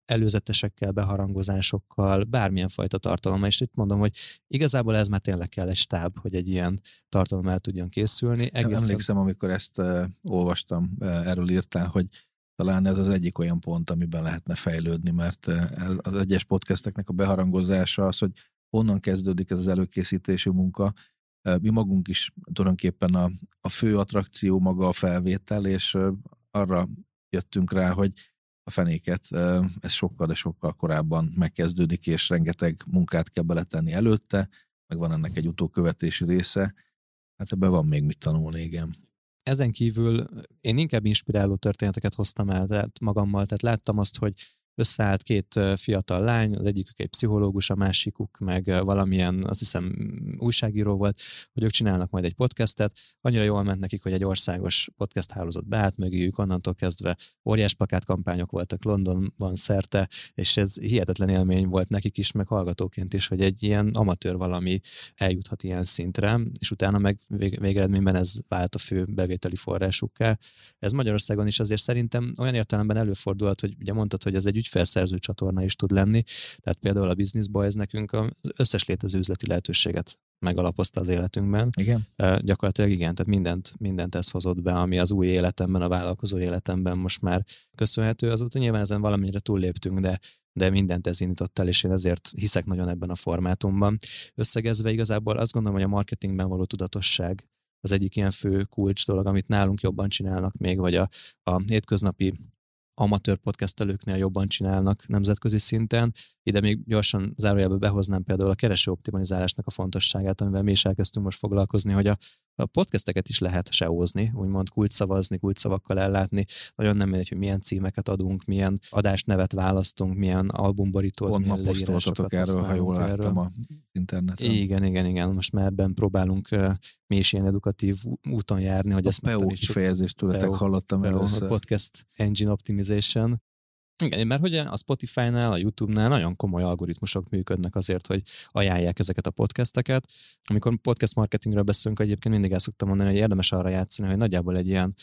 előzetesekkel, beharangozásokkal, bármilyen fajta tartalommal, és itt mondom, hogy igazából ez már tényleg kell egy stáb, hogy egy ilyen tartalom el tudjon készülni. Emlékszem, amikor ezt olvastam, erről írtál, hogy talán ez az egyik olyan pont, amiben lehetne fejlődni, mert az egyes podcasteknek a beharangozása az, hogy honnan kezdődik ez az előkészítési munka. Mi magunk is tulajdonképpen a fő attrakció maga a felvétel, és arra jöttünk rá, hogy a fenéket, ez sokkal, de sokkal korábban megkezdődik, és rengeteg munkát kell beletenni előtte, meg van ennek egy utókövetési része. Hát ebben van még mit tanulni, igen. Ezen kívül én inkább inspiráló történeteket hoztam el tehát magammal, tehát láttam azt, hogy összeállt két fiatal lány, az egyikük egy pszichológus, a másikuk meg valamilyen, azt hiszem, újságíró volt, hogy ők csinálnak majd egy podcastet. Annyira jól ment nekik, hogy egy országos podcast hálózat beállt mögéjük, onnantól kezdve óriás plakátkampányok voltak Londonban szerte, és ez hihetetlen élmény volt nekik is, meg hallgatóként is, hogy egy ilyen amatőr valami eljuthat ilyen szintre, és utána meg végeredményben ez vált a fő bevételi forrásukká. Ez Magyarországon is azért szerintem olyan értelemben előfordulhat, hogy ugye mondtad, hogy ez egy ügyfélszerző csatorna is tud lenni, tehát például a Business Boys nekünk az összes létező üzleti lehetőséget megalapozta az életünkben. Igen? Gyakorlatilag igen, tehát mindent ez hozott be, ami az új életemben, a vállalkozó életemben most már köszönhető. Azóta nyilván ezen valamennyire túlléptünk, de mindent ez indított el, és én ezért hiszek nagyon ebben a formátumban. Összegezve igazából azt gondolom, hogy a marketingben való tudatosság az egyik ilyen fő kulcs dolog, amit nálunk jobban csinálnak még, vagy a hétköznapi amatőr podcastelőknél jobban csinálnak nemzetközi szinten. Ide még gyorsan zárójelbe behoznám például a kereső optimalizálásnak a fontosságát, amivel mi is elkezdtünk most foglalkozni, hogy a podcasteket is lehet SEO-zni, úgymond kulcsszavazni, kulcsszavakkal ellátni. Nagyon nem mindegy, hogy milyen címeket adunk, milyen adásnevet választunk, milyen albumborítót, milyen leírásokat erről, ha jól láttam az interneten. Igen. Most már ebben próbálunk mi is ilyen edukatív úton járni, hogy ezt megtanítsuk. A PO kifejezést tőletek hallottam először. A Podcast Engine Optimization. Igen, mert hogy a Spotify-nál, a YouTube-nál nagyon komoly algoritmusok működnek azért, hogy ajánlják ezeket a podcasteket. Amikor podcast marketingről beszélünk, egyébként mindig el szoktam mondani, hogy érdemes arra játszani, hogy nagyjából egy ilyen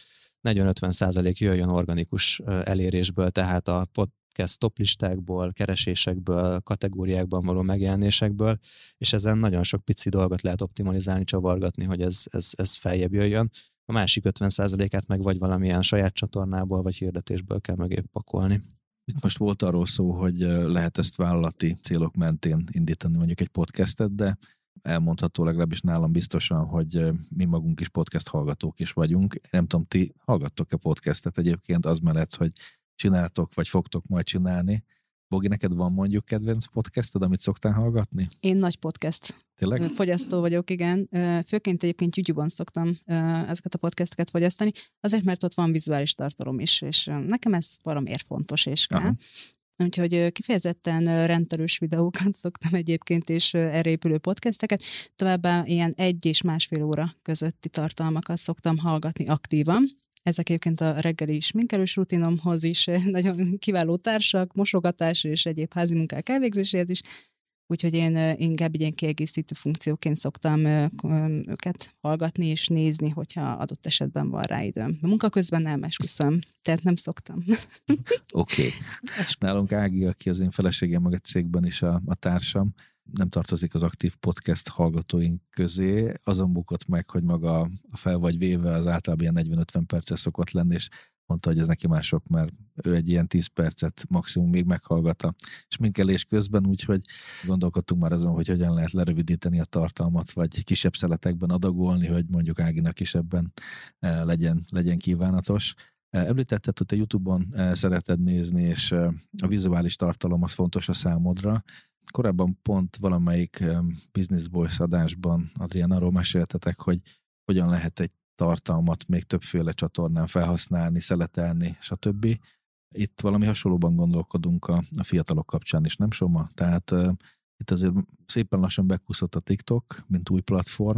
40-50% jöjjön organikus elérésből, tehát a podcast toplistákból, keresésekből, kategóriákban való megjelenésekből, és ezen nagyon sok pici dolgot lehet optimalizálni, csavargatni, hogy ez feljebb jöjjön. A másik 50%-át meg vagy valamilyen saját csatornából, vagy hirdetésből kell mögé pakolni. Itt most volt arról szó, hogy lehet ezt vállalati célok mentén indítani mondjuk egy podcastet, de elmondható legalábbis nálam biztosan, hogy mi magunk is podcast hallgatók is vagyunk. Nem tudom, ti hallgattok-e podcastet egyébként az mellett, hogy csináltok, vagy fogtok majd csinálni. Bogi, neked van mondjuk kedvenc podcasted, amit szoktál hallgatni? Én nagy podcast Tényleg? Fogyasztó vagyok, igen. Főként egyébként YouTube-on szoktam ezeket a podcasteket fogyasztani, azért, mert ott van vizuális tartalom is, és nekem ez valamiért fontos és kell. Aha. Úgyhogy kifejezetten rendszerűs videókat szoktam egyébként, és erre épülő podcasteket. Továbbá ilyen 1 és másfél óra közötti tartalmakat szoktam hallgatni aktívan. Ezek egyébként a reggeli sminkelős rutinomhoz is nagyon kiváló társak, mosogatás és egyéb házi munkák elvégzéséhez is. Úgyhogy én inkább ilyen kiegészítő funkcióként szoktam őket hallgatni és nézni, hogyha adott esetben van rá időm. A munka közben nem esküszöm, tehát nem szoktam. Oké. Nálunk Ági, aki az én feleségem meg a cégben is a társam, nem tartozik az aktív podcast hallgatóink közé, azon bukott meg, hogy maga a fel vagy véve az általában ilyen 40-50 perces szokott lenni, és mondta, hogy ez neki mások, mert ő egy ilyen 10 percet maximum még meghallgat a sminkelés közben, úgyhogy gondolkodtunk már azon, hogy hogyan lehet lerövidíteni a tartalmat, vagy kisebb szeletekben adagolni, hogy mondjuk Áginak is ebben legyen kívánatos. Említetted, hogy te YouTube-on szereted nézni, és a vizuális tartalom az fontos a számodra. Korábban pont valamelyik Business Boys adásban, Adrián, arról meséltetek, hogy hogyan lehet egy tartalmat még többféle csatornán felhasználni, szeletelni, stb. Itt valami hasonlóban gondolkodunk a fiatalok kapcsán is, nem Soma? Tehát itt azért szépen lassan bekúszott a TikTok, mint új platform,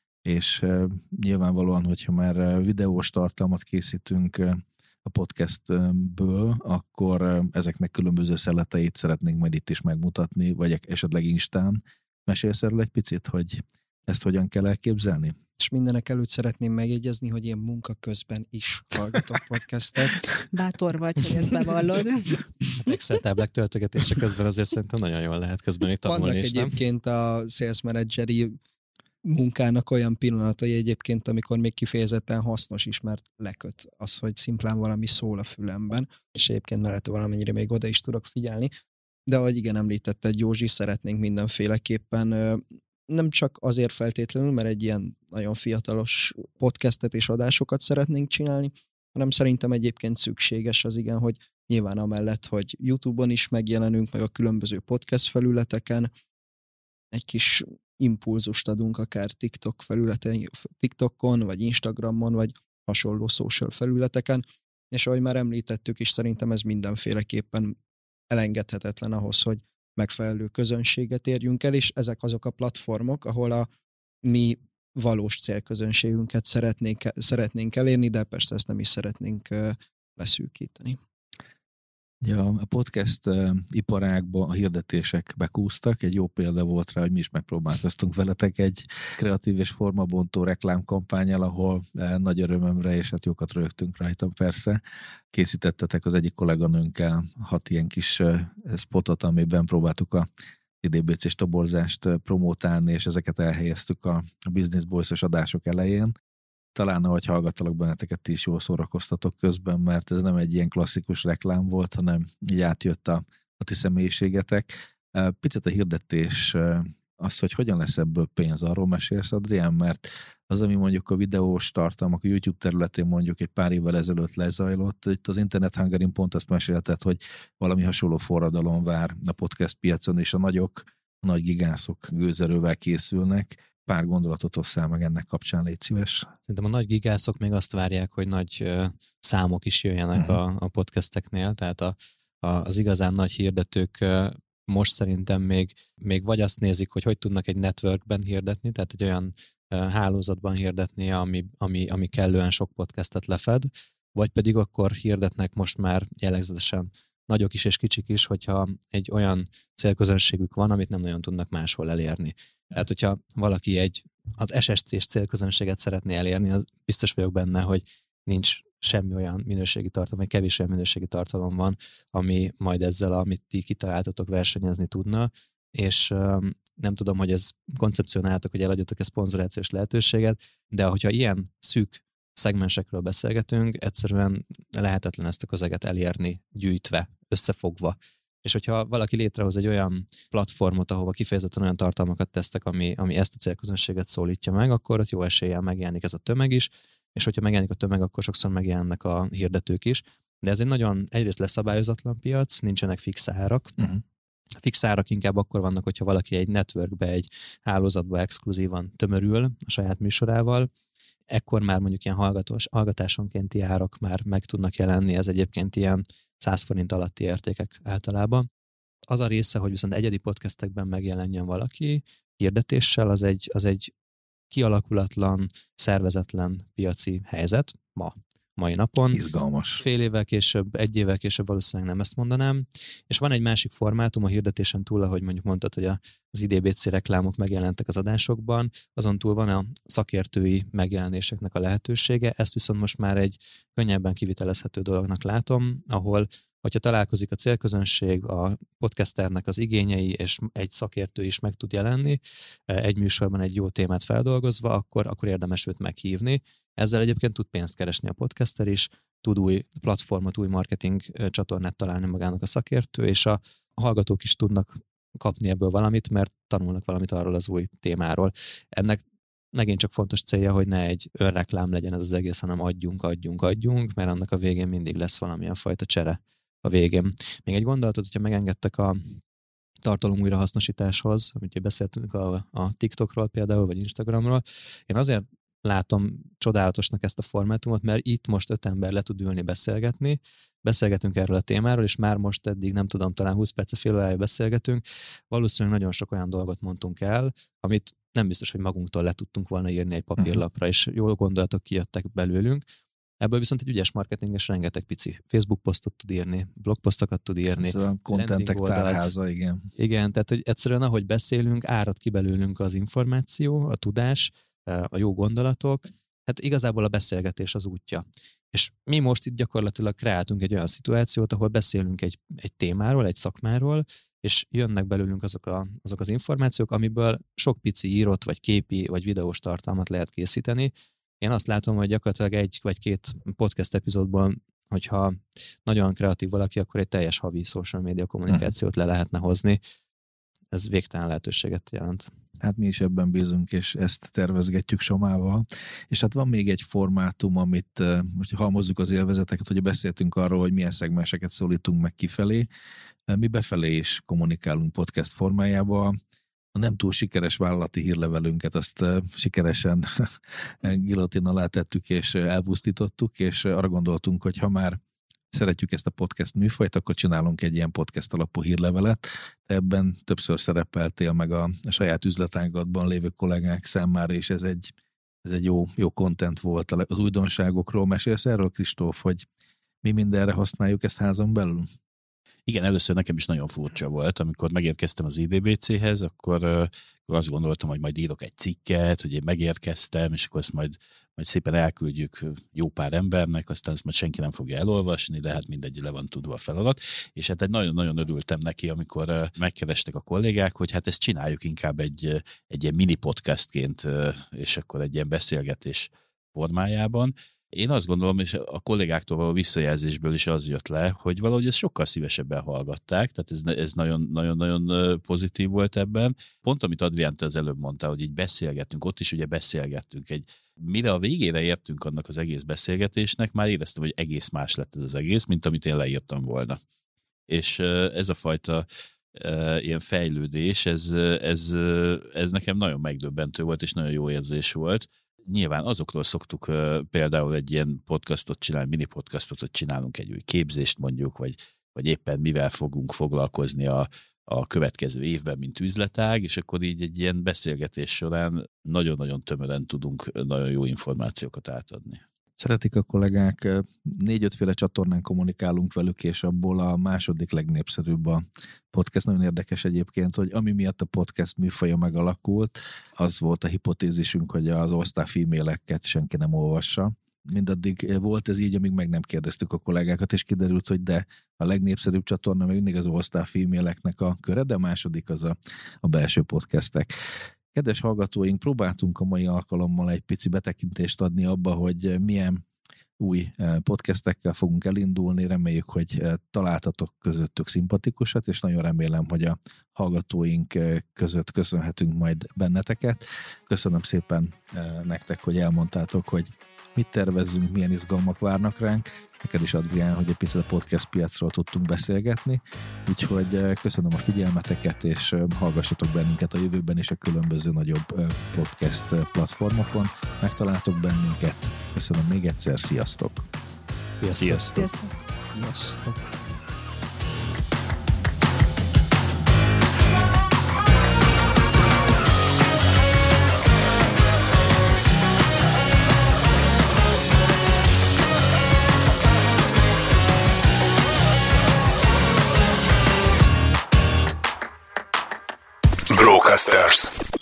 és nyilvánvalóan, hogyha már videós tartalmat készítünk a podcastből, akkor ezeknek különböző szeleteit szeretnénk majd itt is megmutatni, vagy esetleg Instán. Mesélsz erről egy picit, hogy ezt hogyan kell elképzelni? És mindenek előtt szeretném megjegyezni, hogy én munka közben is hallgatok podcastet. Bátor vagy, hogy ezt bevallod. Excel táblák töltögetése közben azért szerintem nagyon jól lehet közben még tanulni. Vannak egyébként a sales manageri munkának olyan pillanatai egyébként, amikor még kifejezetten hasznos is, mert leköt az, hogy szimplán valami szól a fülemben, és egyébként mellette valamennyire még oda is tudok figyelni. De ahogy igen említetted, Józsi, szeretnénk mindenféleképpen nem csak azért feltétlenül, mert egy ilyen nagyon fiatalos podcastet és adásokat szeretnénk csinálni, hanem szerintem egyébként szükséges az igen, hogy nyilván amellett, hogy YouTube-on is megjelenünk, meg a különböző podcast felületeken, egy kis impulzust adunk akár TikTokon, vagy Instagramon, vagy hasonló social felületeken, és ahogy már említettük is, szerintem ez mindenféleképpen elengedhetetlen ahhoz, hogy megfelelő közönséget érjünk el, és ezek azok a platformok, ahol a mi valós célközönségünket szeretnénk elérni, de persze ezt nem is szeretnénk leszűkíteni. Ja, a podcast iparágban a hirdetések bekúztak. Egy jó példa volt rá, hogy mi is megpróbálkoztunk veletek egy kreatív és formabontó reklámkampánnyal, ahol nagy örömömre, és hát jókat rögtünk rajtam persze. Készítettetek az egyik kolléganőnkkel 6 ilyen kis spotot, amiben próbáltuk a IDBC-s toborzást promótálni, és ezeket elhelyeztük a Business Boys-os adások elején. Talán, ahogy hallgattalak benneteket, ti is jól szórakoztatok közben, mert ez nem egy ilyen klasszikus reklám volt, hanem így átjött a ti személyiségetek. Picit a hirdetés, az, hogy hogyan lesz ebből pénz, arról mesélsz, Adrián, mert az, ami mondjuk a videós tartalmak a YouTube területén mondjuk egy pár évvel ezelőtt lezajlott, itt az Internet Hungarin pont azt mesélted, hogy valami hasonló forradalom vár a podcast piacon, és a nagy gigászok gőzerővel készülnek. Pár gondolatot hozzá meg ennek kapcsán, légy szíves. Szerintem a nagy gigászok még azt várják, hogy nagy számok is jöjjenek a podcasteknél, tehát az igazán nagy hirdetők most szerintem még vagy azt nézik, hogy tudnak egy networkben hirdetni, tehát egy olyan hálózatban hirdetni, ami kellően sok podcastet lefed, vagy pedig akkor hirdetnek most már jellegzetesen nagyok is és kicsik is, hogyha egy olyan célközönségük van, amit nem nagyon tudnak máshol elérni. Tehát, hogyha valaki az SSC-s célközönséget szeretné elérni, az biztos vagyok benne, hogy nincs semmi olyan minőségi tartalom, vagy kevés olyan minőségi tartalom van, ami majd ezzel, amit ti kitaláltatok, versenyezni tudna, és nem tudom, hogy ez koncepcionáltak, hogy eladjatok-e szponzorációs lehetőséget, de hogyha ilyen szűk szegmensekről beszélgetünk, egyszerűen lehetetlen ezt a közeget elérni, gyűjtve, összefogva. És hogyha valaki létrehoz egy olyan platformot, ahova kifejezetten olyan tartalmakat tesztek, ami ezt a célközönséget szólítja meg, akkor ott jó eséllyel megjelenik ez a tömeg is, és hogyha megjelenik a tömeg, akkor sokszor megjelennek a hirdetők is. De ez egy nagyon egyrészt leszabályozatlan piac, nincsenek fix árak. A fix árak inkább akkor vannak, hogyha valaki egy networkbe, egy hálózatba exkluzívan tömörül a saját műsorával, ekkor már mondjuk ilyen hallgatásonkénti árak már meg tudnak jelenni, ez egyébként ilyen 100 forint alatti értékek általában. Az a része, hogy viszont egyedi podcastekben megjelenjen valaki hirdetéssel, az egy kialakulatlan, szervezetlen piaci helyzet mai napon. Izgalmas. Fél évvel később, egy évvel később valószínűleg nem ezt mondanám. És van egy másik formátum a hirdetésen túl, ahogy mondjuk mondtad, hogy az IDBC reklámok megjelentek az adásokban, azon túl van a szakértői megjelenéseknek a lehetősége, ezt viszont most már egy könnyebben kivitelezhető dolognak látom, ahol hogyha találkozik a célközönség, a podcasternek az igényei, és egy szakértő is meg tud jelenni, egy műsorban egy jó témát feldolgozva, akkor érdemes őt meghívni. Ezzel egyébként tud pénzt keresni a podcaster is, tud új platformot, új marketing csatornát találni magának a szakértő, és a hallgatók is tudnak kapni ebből valamit, mert tanulnak valamit arról az új témáról. Ennek megint csak fontos célja, hogy ne egy önreklám legyen ez az egész, hanem adjunk, mert annak a végén mindig lesz valamilyen fajta csere a végén. Még egy gondolatot, hogyha megengedtek a tartalom újrahasznosításhoz, amit beszéltünk a TikTokról például, vagy Instagramról, én azért látom csodálatosnak ezt a formátumot, mert itt most 5 ember le tud ülni beszélgetni, beszélgetünk erről a témáról, és már most eddig nem tudom, talán 20 perce, fél órája beszélgetünk, valószínűleg nagyon sok olyan dolgot mondtunk el, amit nem biztos, hogy magunktól le tudtunk volna írni egy papírlapra, és jó gondolatok kijöttek belőlünk. Ebből viszont egy ügyes marketinges rengeteg pici Facebook posztot tud írni, blogposztokat tud írni. Ez a contentek tárháza, igen. Igen, tehát hogy egyszerűen ahogy beszélünk, árad ki belőlünk az információ, a tudás, a jó gondolatok, hát igazából a beszélgetés az útja. És mi most itt gyakorlatilag kreáltunk egy olyan szituációt, ahol beszélünk egy témáról, egy szakmáról, és jönnek belőlünk azok az információk, amiből sok pici írott, vagy képi, vagy videós tartalmat lehet készíteni. Én azt látom, hogy gyakorlatilag 1 vagy 2 podcast epizódból, hogyha nagyon kreatív valaki, akkor egy teljes havi social media kommunikációt le lehetne hozni. Ez végtelen lehetőséget jelent. Hát mi is ebben bízunk, és ezt tervezgetjük Somával. És hát van még egy formátum, amit most halmozzuk az élvezeteket, hogy beszéltünk arról, hogy milyen szegmenseket szólítunk meg kifelé. Mi befelé is kommunikálunk podcast formájában. A nem túl sikeres vállalati hírlevelünket azt sikeresen gilotin alá tettük, és elpusztítottuk, és arra gondoltunk, hogy ha már szeretjük ezt a podcast műfajt, akkor csinálunk egy ilyen podcast alapú hírlevelet. Ebben többször szerepeltél meg a saját üzletágatban lévő kollégák számára, és ez egy jó content volt az újdonságokról. Mesélsz erről, Kristóf, hogy mi mindenre használjuk ezt házon belül? Igen, először nekem is nagyon furcsa volt, amikor megérkeztem az IDBC-hez, akkor azt gondoltam, hogy majd írok egy cikket, hogy én megérkeztem, és akkor ezt majd szépen elküldjük jó pár embernek, aztán ezt majd senki nem fogja elolvasni, de hát mindegy, le van tudva a feladat. És hát nagyon-nagyon örültem neki, amikor megkerestek a kollégák, hogy hát ezt csináljuk inkább egy ilyen mini podcastként, és akkor egy ilyen beszélgetés formájában. Én azt gondolom, és a kollégáktól való visszajelzésből is az jött le, hogy valahogy ezt sokkal szívesebben hallgatták, tehát ez nagyon-nagyon pozitív volt ebben. Pont amit Adrián te az előbb mondta, hogy így beszélgettünk, ott is ugye beszélgettünk. Mire a végére értünk annak az egész beszélgetésnek, már éreztem, hogy egész más lett ez az egész, mint amit én leírtam volna. És ez a fajta ilyen fejlődés, ez nekem nagyon megdöbbentő volt, és nagyon jó érzés volt. Nyilván azokról szoktuk például egy ilyen podcastot csinálni, mini podcastot, hogy csinálunk egy új képzést mondjuk, vagy éppen mivel fogunk foglalkozni a következő évben, mint üzletág, és akkor így egy ilyen beszélgetés során nagyon-nagyon tömören tudunk nagyon jó információkat átadni. Szeretik a kollégák, 4-5 féle csatornán kommunikálunk velük, és abból a második legnépszerűbb a podcast. Nagyon érdekes egyébként, hogy ami miatt a podcast műfaja megalakult, az volt a hipotézisünk, hogy az all-staff e-maileket senki nem olvassa. Mindaddig volt ez így, amíg meg nem kérdeztük a kollégákat, és kiderült, hogy de a legnépszerűbb csatorna még mindig az all-staff e-maileknek a köre, de a második az a belső podcastek. Kedves hallgatóink, próbáltunk a mai alkalommal egy pici betekintést adni abba, hogy milyen új podcastekkel fogunk elindulni. Reméljük, hogy találtatok közöttük szimpatikusat, és nagyon remélem, hogy a hallgatóink között köszönhetünk majd benneteket. Köszönöm szépen nektek, hogy elmondtátok, hogy mit tervezzünk, milyen izgalmak várnak ránk. Neked is, Adrián, hogy egy picit a podcast piacról tudtunk beszélgetni. Úgyhogy köszönöm a figyelmeteket, és hallgassatok bennünket a jövőben is a különböző nagyobb podcast platformokon. Megtaláltok bennünket. Köszönöm még egyszer, sziasztok! Sziasztok! Sziasztok! Brocasters.